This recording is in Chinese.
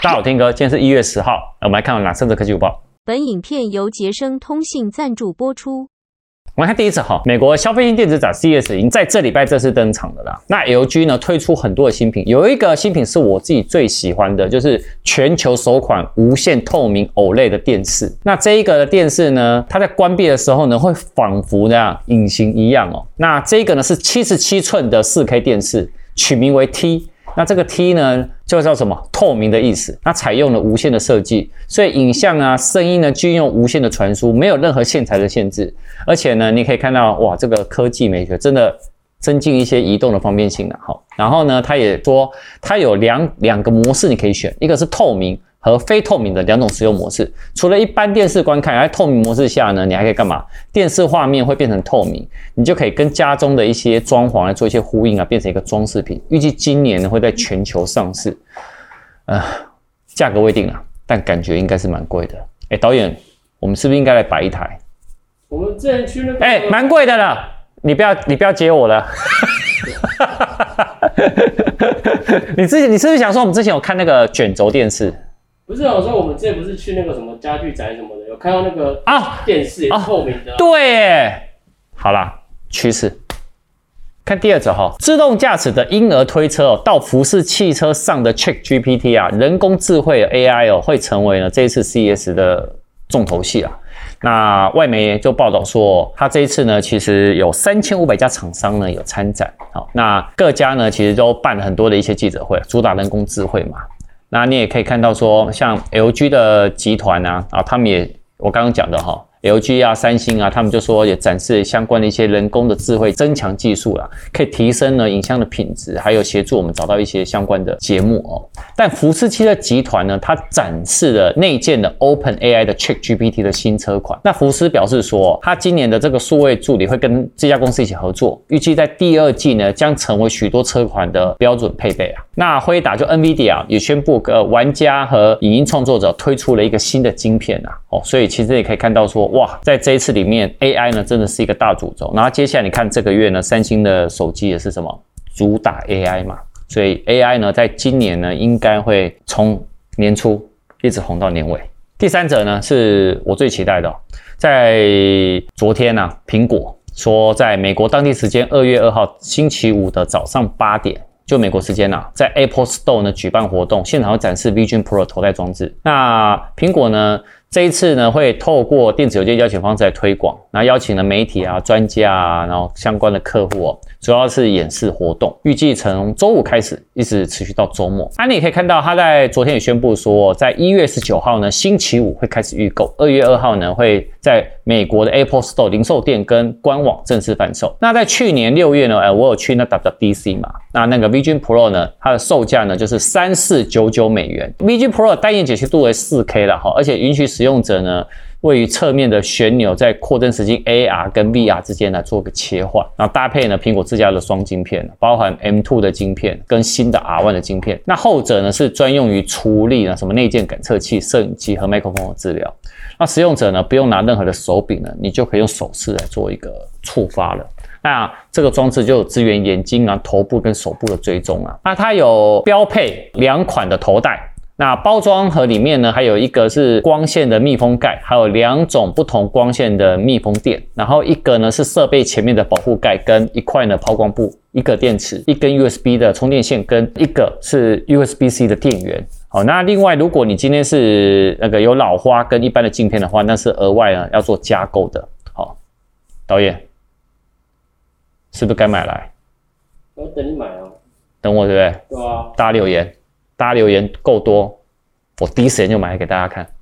大家好，天哥，今天是1月10号，我们来看哪3则科技午报。 本影片由杰生通信赞助播出。 我们看第一则哈，美国消费性电子展 CES 已经在这礼拜正式登场了啦。那 LG 呢推出很多的新品，有一个新品是我自己最喜欢的，就是全球首款无线透明 OLED 的电视。那这一个的电视呢，它在关闭的时候呢，会仿佛那样隐形一样哦。那这个呢是77寸的 4K 电视，取名为 T。那这个 T 呢，就叫什么？透明的意思。它采用了无线的设计，所以影像啊、声音呢，均用无线的传输，没有任何线材的限制。而且呢，你可以看到，哇，这个科技美学真的增进一些移动的方便性了。好，然后呢，它也说它有两个模式你可以选，一个是透明和非透明的2种使用模式。除了一般电视观看，在透明模式下呢，你还可以干嘛？电视画面会变成透明，你就可以跟家中的一些装潢来做一些呼应啊，变成一个装饰品。预计今年呢会在全球上市，价格未定啦，但感觉应该是蛮贵的。导演，我们是不是应该来摆一台？ 我们之前去那个， 蛮贵的了，你不要接我了。你是不是想说我们之前有看那个卷轴电视？ 不是，我说我们之前不是去那个什么家具展什么的，有看到那个电视也是透明的。 对耶，好啦，趋势。看第2则哈，自动驾驶的婴儿推车到福斯汽车上的 ChatGPT 啊，人工智慧 AI 会成为呢这一次 CES 的重头戏啊。那外媒就报道说，它这一次呢，其实有3500家厂商呢有参展。好，那各家呢其实都办了很多的一些记者会，主打人工智慧嘛。那你也可以看到说，像 LG 的集团啊，他们也我刚刚讲的哈。LG 啊、三星啊，他们就说也展示相关的一些人工的智慧增强技术啦，可以提升呢影像的品质，还有协助我们找到一些相关的节目哦。但福斯汽车集团呢，它展示了内建的 OpenAI 的 ChatGPT 的新车款。那福斯表示说，它今年的这个数位助理会跟这家公司一起合作，预计在第2季呢将成为许多车款的标准配备啊。那辉达就 NVIDIA 也宣布，玩家和影音创作者推出了一个新的晶片啊。所以其实也可以看到说，哇，在这一次里面 AI 呢真的是一个大主轴。然后接下来你看这个月呢，三星的手机也是什么主打 AI 嘛，所以 AI 呢在今年呢应该会从年初一直红到年尾。第3则呢是我最期待的，在昨天啊，苹果说在美国当地时间2月2号星期五的早上8点。就美国时间啊，在 Apple Store 呢举办活动，现场会展示 Vision Pro 头戴装置。那苹果呢这一次呢会透过电子邮件邀请方式来推广，然后邀请了媒体啊、专家啊，然后相关的客户哦，主要是演示活动，预计从周五开始，一直持续到周末。你也可以看到，他在昨天也宣布说，在1月19号呢，星期五会开始预购，2月2号呢会在美国的 Apple Store 零售店跟官网正式贩售。那在去年6月呢，我有去那 WWDC 嘛，那个 Vision Pro 呢，它的售价呢就是$3499。Vision Pro 的单眼解析度为 4K 啦，而且允许使用者呢位于侧面的旋钮，在扩增实境 AR 跟 VR 之间来做个切换，然后搭配呢苹果自家的双晶片，包含 M2 的晶片跟新的 R1 的晶片。那后者呢是专用于处理呢什么内建感测器、摄影机和麦克风的治疗。那使用者呢不用拿任何的手柄呢，你就可以用手势来做一个触发了。那这个装置就有支援眼睛啊、头部跟手部的追踪啊。那它有标配2款的头戴。那包装盒里面呢，还有一个是光线的密封盖，还有2种不同光线的密封垫，然后一个呢是设备前面的保护盖，跟一块呢抛光布，一个电池，一根 USB 的充电线，跟一个是 USB-C 的电源。好，那另外如果你今天是那个有老花跟一般的镜片的话，那是额外呢要做加购的。好，导演是不是该买来？ 我等你买啊。 等我对不对？ 对啊。 大家留言够多，我第一时间就买来给大家看。